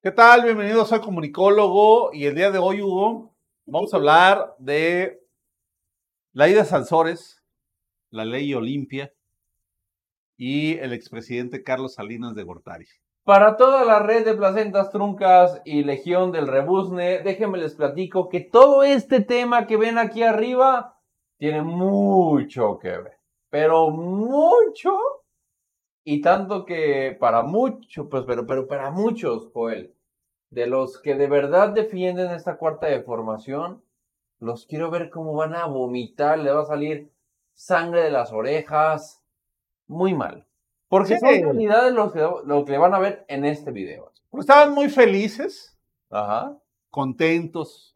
¿Qué tal? Bienvenidos al Comunicólogo y el día de hoy, Hugo, vamos a hablar de la ida a Sansores, la ley Olimpia y el expresidente Carlos Salinas de Gortari. Para toda la red de placentas truncas y legión del rebuzne, déjenme les platico que todo este tema que ven aquí arriba tiene mucho que ver, pero mucho, y tanto que para mucho, pero para muchos, Joel, de los que de verdad defienden esta cuarta deformación, los quiero ver cómo van a vomitar, le va a salir sangre de las orejas, muy mal. Porque Sí. son realidades lo que van a ver en este video. Porque estaban muy felices, Ajá. contentos,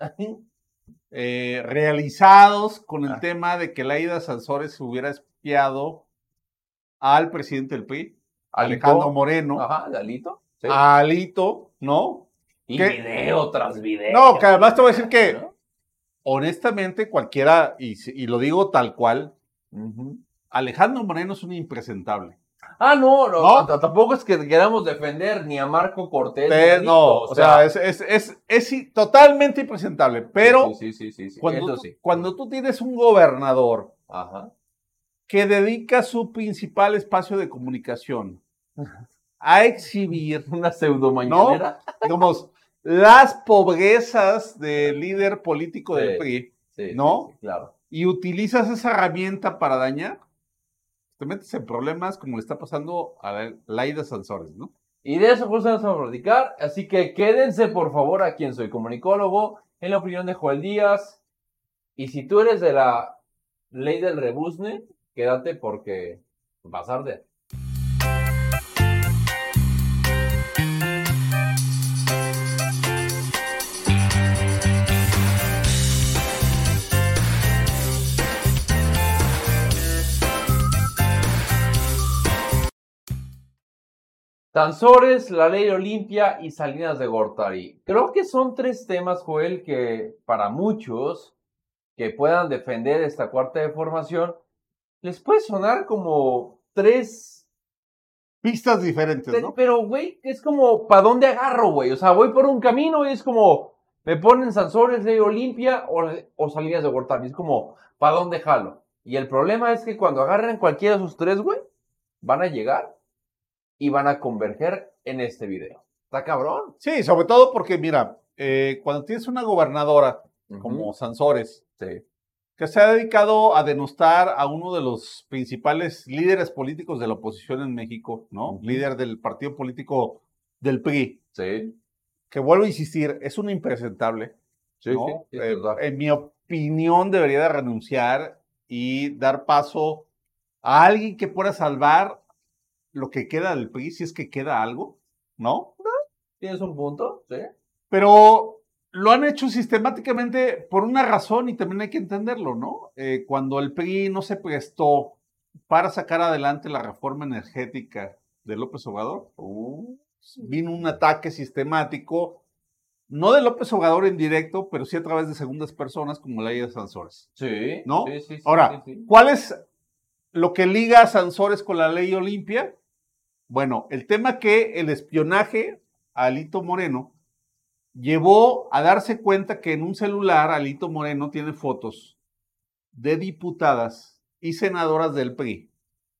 realizados con el tema de que la ida a Sansores hubiera espiado al presidente del PRI, Alejandro Moreno, Ajá, de Alito. Sí. a Alito, ¿no? Y ¿Qué? video tras video. No, que además te voy a decir que, ¿no? honestamente, cualquiera, y lo digo tal cual, Uh-huh. Alejandro Moreno es un impresentable. No, tampoco es que queramos defender ni a Marco Cortés. No, o sea, es totalmente impresentable. Pero sí. cuando tú tienes un gobernador Ajá. que dedica su principal espacio de comunicación a exhibir Una pseudo mañanera, ¿no? Digamos, las pobrezas del líder político del PRI, ¿no? Sí, claro. Y utilizas esa herramienta para dañar, te metes en problemas como le está pasando a Laida Sansores, ¿no? Y de eso justo nos vamos a platicar, así que quédense por favor aquí en Soy Comunicólogo, en la opinión de Joel Díaz. Y si tú eres de la ley del rebuzne, quédate porque vas a arder. Sansores, la ley Olimpia y Salinas de Gortari. Creo que son tres temas, Joel, que para muchos que puedan defender esta cuarta deformación, les puede sonar como tres pistas diferentes, ¿no? Pero, güey, es como, ¿para dónde agarro, güey? O sea, voy por un camino y es como, me ponen Sansores, ley Olimpia o Salinas de Gortari. Es como, ¿para dónde jalo? Y el problema es que cuando agarren cualquiera de esos tres, güey, van a llegar y van a converger en este video. ¿Está cabrón? Sí, sobre todo porque, mira, cuando tienes una gobernadora como Sansores, sí, que se ha dedicado a denostar a uno de los principales líderes políticos de la oposición en México, ¿no? Líder del partido político del PRI. Sí. Que vuelvo a insistir, es un impresentable, ¿no? Sí, en mi opinión debería de renunciar y dar paso a alguien que pueda salvar lo que queda del PRI, si es que queda algo, ¿no? ¿Tienes un punto? Sí. Pero lo han hecho sistemáticamente por una razón y también hay que entenderlo, ¿no? Cuando el PRI no se prestó para sacar adelante la reforma energética de López Obrador, vino un ataque sistemático, no de López Obrador en directo, pero sí a través de segundas personas como la de Sansores. Sí. ¿No? Sí. Ahora, ¿cuál es lo que liga a Sansores con la ley Olimpia? Bueno, el tema que el espionaje a Alito Moreno llevó a darse cuenta que en un celular Alito Moreno tiene fotos de diputadas y senadoras del PRI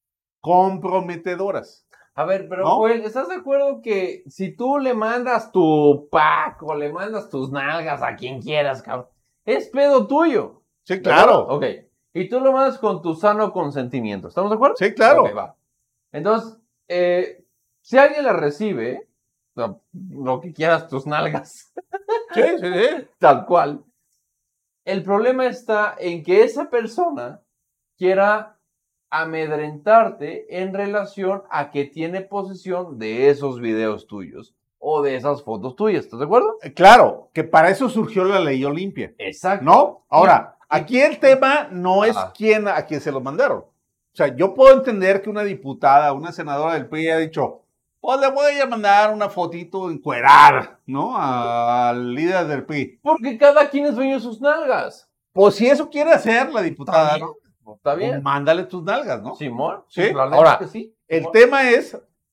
comprometedoras. A ver, pero ¿no? Joel, ¿estás de acuerdo que si tú le mandas tu pack o le mandas tus nalgas a quien quieras, cabrón, es pedo tuyo? Sí, claro. Ok. Y tú lo mandas con tu sano consentimiento. ¿Estamos de acuerdo? Sí, claro. Ok, va. Entonces, si alguien la recibe, lo que quieras, tus nalgas. Sí. Tal cual. El problema está en que esa persona quiera amedrentarte en relación a que tiene posesión de esos videos tuyos o de esas fotos tuyas. ¿Estás de acuerdo? Claro, que para eso surgió la ley Olimpia. Exacto. ¿No? Ahora, aquí el tema no es a quién se los mandaron. O sea, yo puedo entender que una diputada, una senadora del PRI haya dicho, pues le voy a mandar una fotito encuerar, ¿no? Al líder del PRI. Porque cada quien es dueño de sus nalgas. Pues si eso quiere hacer la diputada, ¿no? Está bien. Pues mándale tus nalgas, ¿no? Simón. Sí. Ahora, que sí. el tema es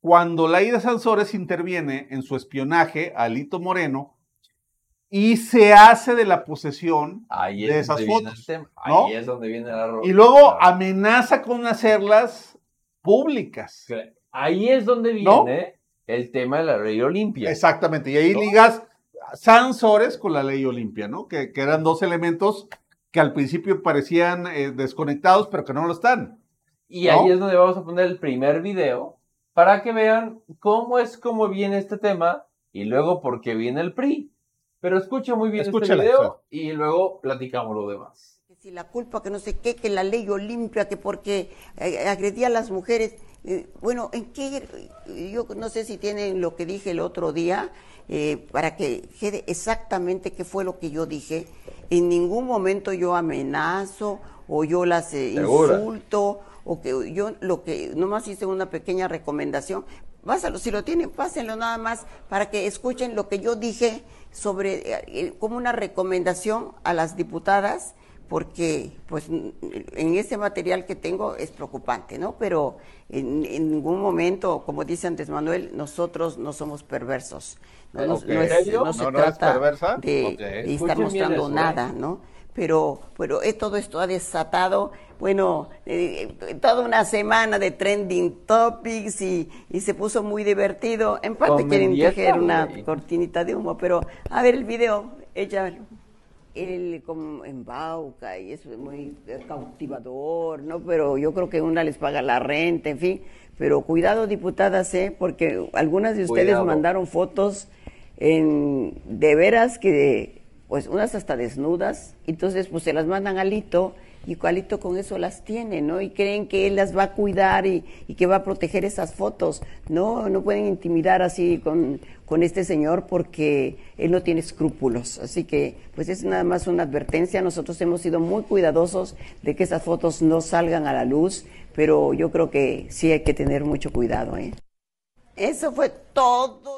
cuando Laida Sansores interviene en su espionaje a Alito Moreno y se hace de la posesión de esas fotos, ¿no? Ahí es donde viene la y luego amenaza con hacerlas públicas. Ahí es donde viene, ¿no?, el tema de la ley Olimpia. Exactamente, y ahí, ¿no?, ligas Sansores con la ley Olimpia, ¿no? Que eran dos elementos que al principio parecían desconectados, pero que no lo están. Y ahí es donde vamos a poner el primer video para que vean cómo viene este tema y luego por qué viene el PRI. Pero escucha muy bien este video y luego platicamos lo demás. Si la culpa que no sé qué, que la ley Olimpia, que porque agredía a las mujeres. Bueno, ¿en qué? Yo no sé si tienen lo que dije el otro día, para que quede exactamente qué fue lo que yo dije. En ningún momento yo amenazo o yo las insulto, o que yo lo que nomás hice una pequeña recomendación. Pásalo, si lo tienen, pásenlo nada más para que escuchen lo que yo dije sobre como una recomendación a las diputadas, porque pues en ese material que tengo es preocupante, ¿no? Pero en ningún momento, como dice Andrés Manuel, nosotros no somos perversos. No se trata de estar mostrando nada, ¿no? Pero todo esto ha desatado, bueno, toda una semana de trending topics y se puso muy divertido. En parte quieren tejer una cortinita de humo, pero a ver el video, él como embauca y es muy cautivador, ¿no? Pero yo creo que una les paga la renta, en fin. Pero cuidado, diputadas, porque algunas de ustedes mandaron fotos de veras que, pues unas hasta desnudas, entonces pues se las mandan a Alito y Alito con eso las tiene, ¿no? Y creen que él las va a cuidar y que va a proteger esas fotos. No pueden intimidar así con este señor porque él no tiene escrúpulos. Así que, pues es nada más una advertencia. Nosotros hemos sido muy cuidadosos de que esas fotos no salgan a la luz, pero yo creo que sí hay que tener mucho cuidado, ¿eh? Eso fue todo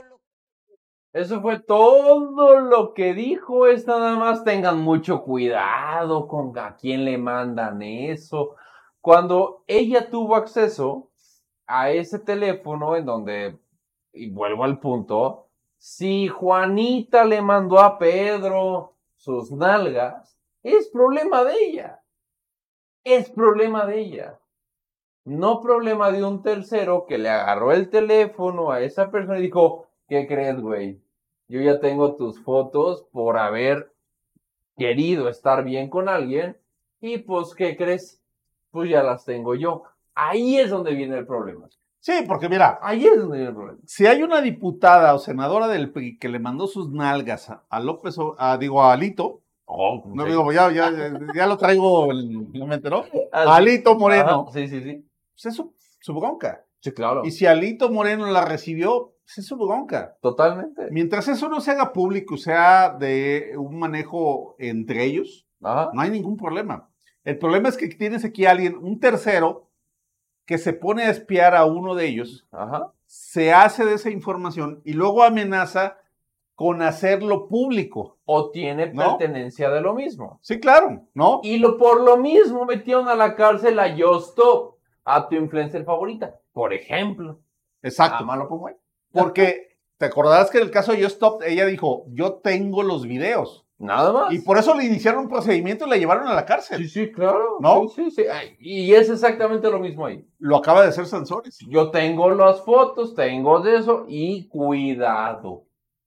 lo que dijo. Nada más tengan mucho cuidado con a quién le mandan eso. Cuando ella tuvo acceso a ese teléfono en donde, y vuelvo al punto, si Juanita le mandó a Pedro sus nalgas, es problema de ella. Es problema de ella. No problema de un tercero que le agarró el teléfono a esa persona y dijo, ¿qué crees, güey? Yo ya tengo tus fotos por haber querido estar bien con alguien y pues, ¿qué crees? Pues ya las tengo yo. Ahí es donde viene el problema. Sí, porque mira, ahí es donde viene el problema. Si hay una diputada o senadora del PRI que le mandó sus nalgas a López, a Alito, no sí. digo, ya lo traigo, no me enteró, Alito Moreno. Ajá, sí. Pues es su bronca. Sí, claro. Y si Alito Moreno la recibió, pues es su bronca. Totalmente. Mientras eso no se haga público, sea de un manejo entre ellos, no hay ningún problema. El problema es que tienes aquí a alguien, un tercero, que se pone a espiar a uno de ellos, se hace de esa información y luego amenaza con hacerlo público. O tiene pertenencia de lo mismo. Sí, claro, ¿no? Y por lo mismo metieron a la cárcel a Yostop, a tu influencer favorita, por ejemplo. Exacto. Nada más lo pongo ahí. Porque te acordarás que en el caso de Yostop, ella dijo, yo tengo los videos. Nada más. Y por eso le iniciaron un procedimiento y la llevaron a la cárcel. Sí, claro. ¿No? Sí. Y es exactamente lo mismo ahí. Lo acaba de hacer Sansores. Yo tengo las fotos, tengo de eso y cuidado.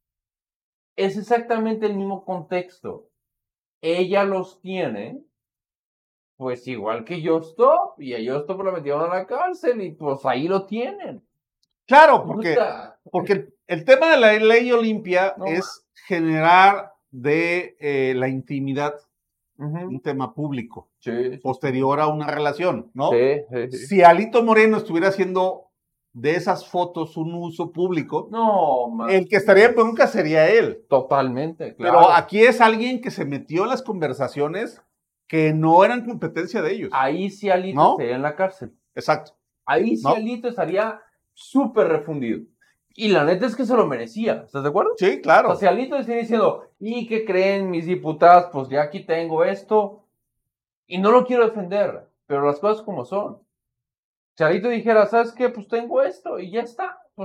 Es exactamente el mismo contexto. Ella los tiene, pues igual que Yostop, y a Yostop lo metieron a la cárcel y pues ahí lo tienen. Claro, porque el tema de la ley Olimpia es generar de la intimidad un tema público, posterior a una relación, ¿no? Sí. Si Alito Moreno estuviera haciendo de esas fotos un uso público, el que estaría en bronca sería él. Totalmente, claro. Pero aquí es alguien que se metió en las conversaciones que no eran competencia de ellos. Ahí sí Alito estaría en la cárcel. Exacto. Ahí sí Alito estaría súper refundido. Y la neta es que se lo merecía, ¿estás de acuerdo? Sí, claro. O sea, Alito está diciendo, ¿y qué creen mis diputadas? Pues ya aquí tengo esto. Y no lo quiero defender, pero las cosas como son. Si Alito dijera, ¿sabes qué? Pues tengo esto y ya está.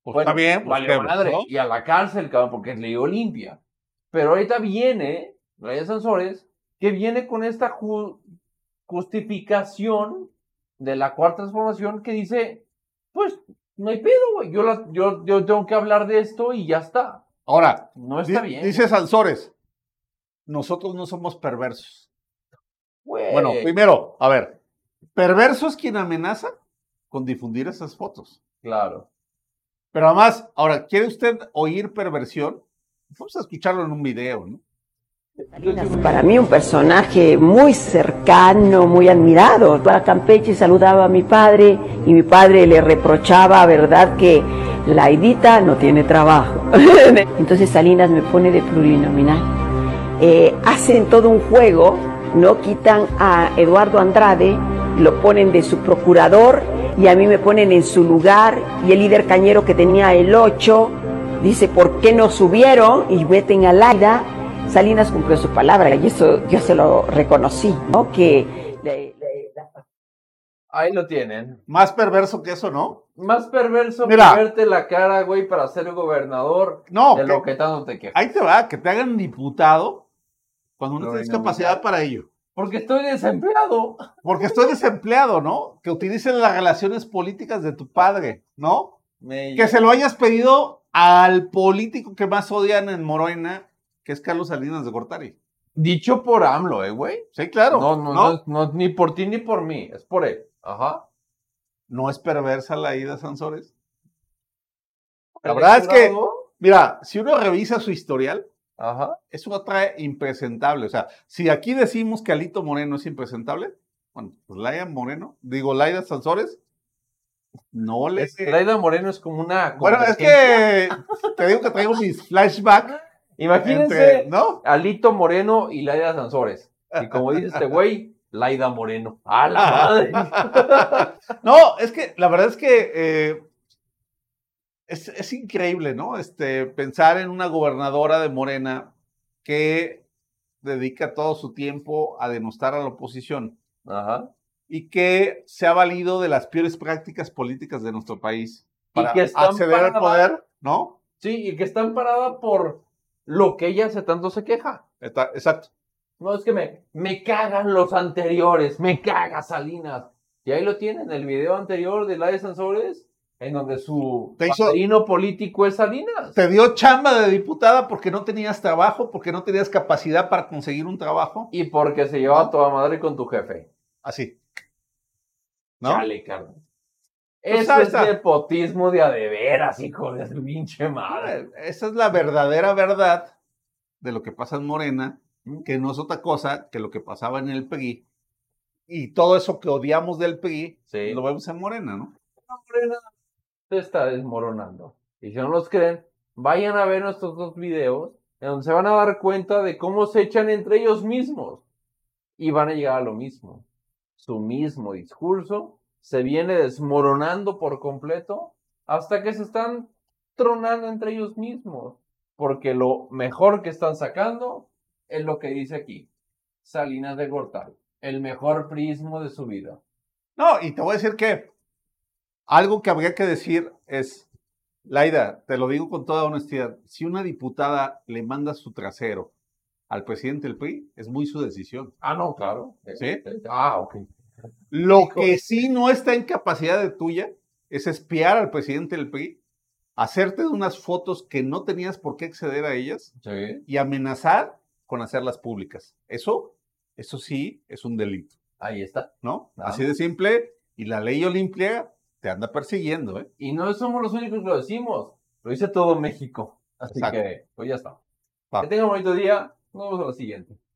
Pues Bueno, está bien, pues vale qué, madre. ¿no? Y a la cárcel, cabrón, porque es ley Olimpia. Pero ahorita viene Laida Sansores, que viene con esta justificación de la cuarta transformación que dice, pues, no hay pedo, güey. Yo tengo que hablar de esto y ya está. Ahora, No está bien. dice Sansores, nosotros no somos perversos. Güey. Bueno, primero, a ver, perverso es quien amenaza con difundir esas fotos. Claro. Pero además, ahora, ¿quiere usted oír perversión? Vamos a escucharlo en un video, ¿no? Para mí un personaje muy cercano, muy admirado. A Campeche saludaba a mi padre y mi padre le reprochaba, ¿verdad?, que Laidita no tiene trabajo. Entonces Salinas me pone de plurinominal. Hacen todo un juego, ¿no? Quitan a Eduardo Andrade, lo ponen de su procurador y a mí me ponen en su lugar, y el líder cañero que tenía el 8 dice, ¿por qué no subieron? Y meten a Laida. Salinas cumplió su palabra y eso yo se lo reconocí, ¿no? Ahí lo tienen. Más perverso que eso, ¿no? Más perverso Mira. que verte la cara, güey, para ser gobernador No, de lo que tanto te quejas. ahí te va, que te hagan diputado cuando no tienes Plurinominal. capacidad para ello. Porque estoy desempleado. Porque estoy desempleado, ¿no? Que utilicen las relaciones políticas de tu padre, ¿no? Que se lo hayas pedido al político que más odian en Morena, que es Carlos Salinas de Gortari. Dicho por AMLO, güey. Sí, claro. No, ni por ti ni por mí, es por él. Ajá. ¿No es perversa la ida Sansores? La verdad es que, mira, si uno revisa su historial, Ajá. es otra impresentable. O sea, si aquí decimos que Alito Moreno es impresentable, bueno, pues Laida Sansores, no le... Laida Moreno es como una... Bueno, es que te digo que traigo mis flashbacks. Imagínense ¿no? Alito Moreno y Laida Sansores. Y como dice este güey, Laida Moreno. ¡A la madre! No, es que la verdad es que es increíble, ¿no? Pensar en una gobernadora de Morena que dedica todo su tiempo a denostar a la oposición Ajá. y que se ha valido de las peores prácticas políticas de nuestro país para que están acceder al poder, ¿no? Sí, y que está amparada por lo que ella hace tanto se queja. Exacto. No, es que me cagan los anteriores, me caga Salinas. Y ahí lo tienen, el video anterior de Laida Sansores, en donde su padrino político es Salinas. Te dio chamba de diputada porque no tenías trabajo, porque no tenías capacidad para conseguir un trabajo. Y porque se llevaba toda madre con tu jefe. Así. ¿No? Chale, carnal. Eso es nepotismo de a de veras, hijo de su pinche madre. Esa es la verdadera verdad de lo que pasa en Morena, que no es otra cosa que lo que pasaba en el PRI. Y todo eso que odiamos del PRI, sí, lo vemos en Morena, ¿no? Morena se está desmoronando. Y si no los creen, vayan a ver nuestros 2 videos en donde se van a dar cuenta de cómo se echan entre ellos mismos. Y van a llegar a lo mismo. Su mismo discurso se viene desmoronando por completo hasta que se están tronando entre ellos mismos. Porque lo mejor que están sacando es lo que dice aquí. Salinas de Gortari. El mejor prismo de su vida. No, y te voy a decir que algo que habría que decir es, Laida, te lo digo con toda honestidad, si una diputada le manda su trasero al presidente del PRI, es muy su decisión. Ah, no, claro. ¿Sí? Ah, ok. Lo que sí no está en capacidad de tuya es espiar al presidente del PRI, hacerte de unas fotos que no tenías por qué acceder a ellas, sí, y amenazar con hacerlas públicas. Eso sí es un delito. Ahí está. ¿No? Así de simple, y la ley Olimpia te anda persiguiendo, ¿eh? Y no somos los únicos que lo decimos. Lo dice todo México. Así Exacto. que, pues ya está. Que tengan un bonito día. Nos vemos a la siguiente.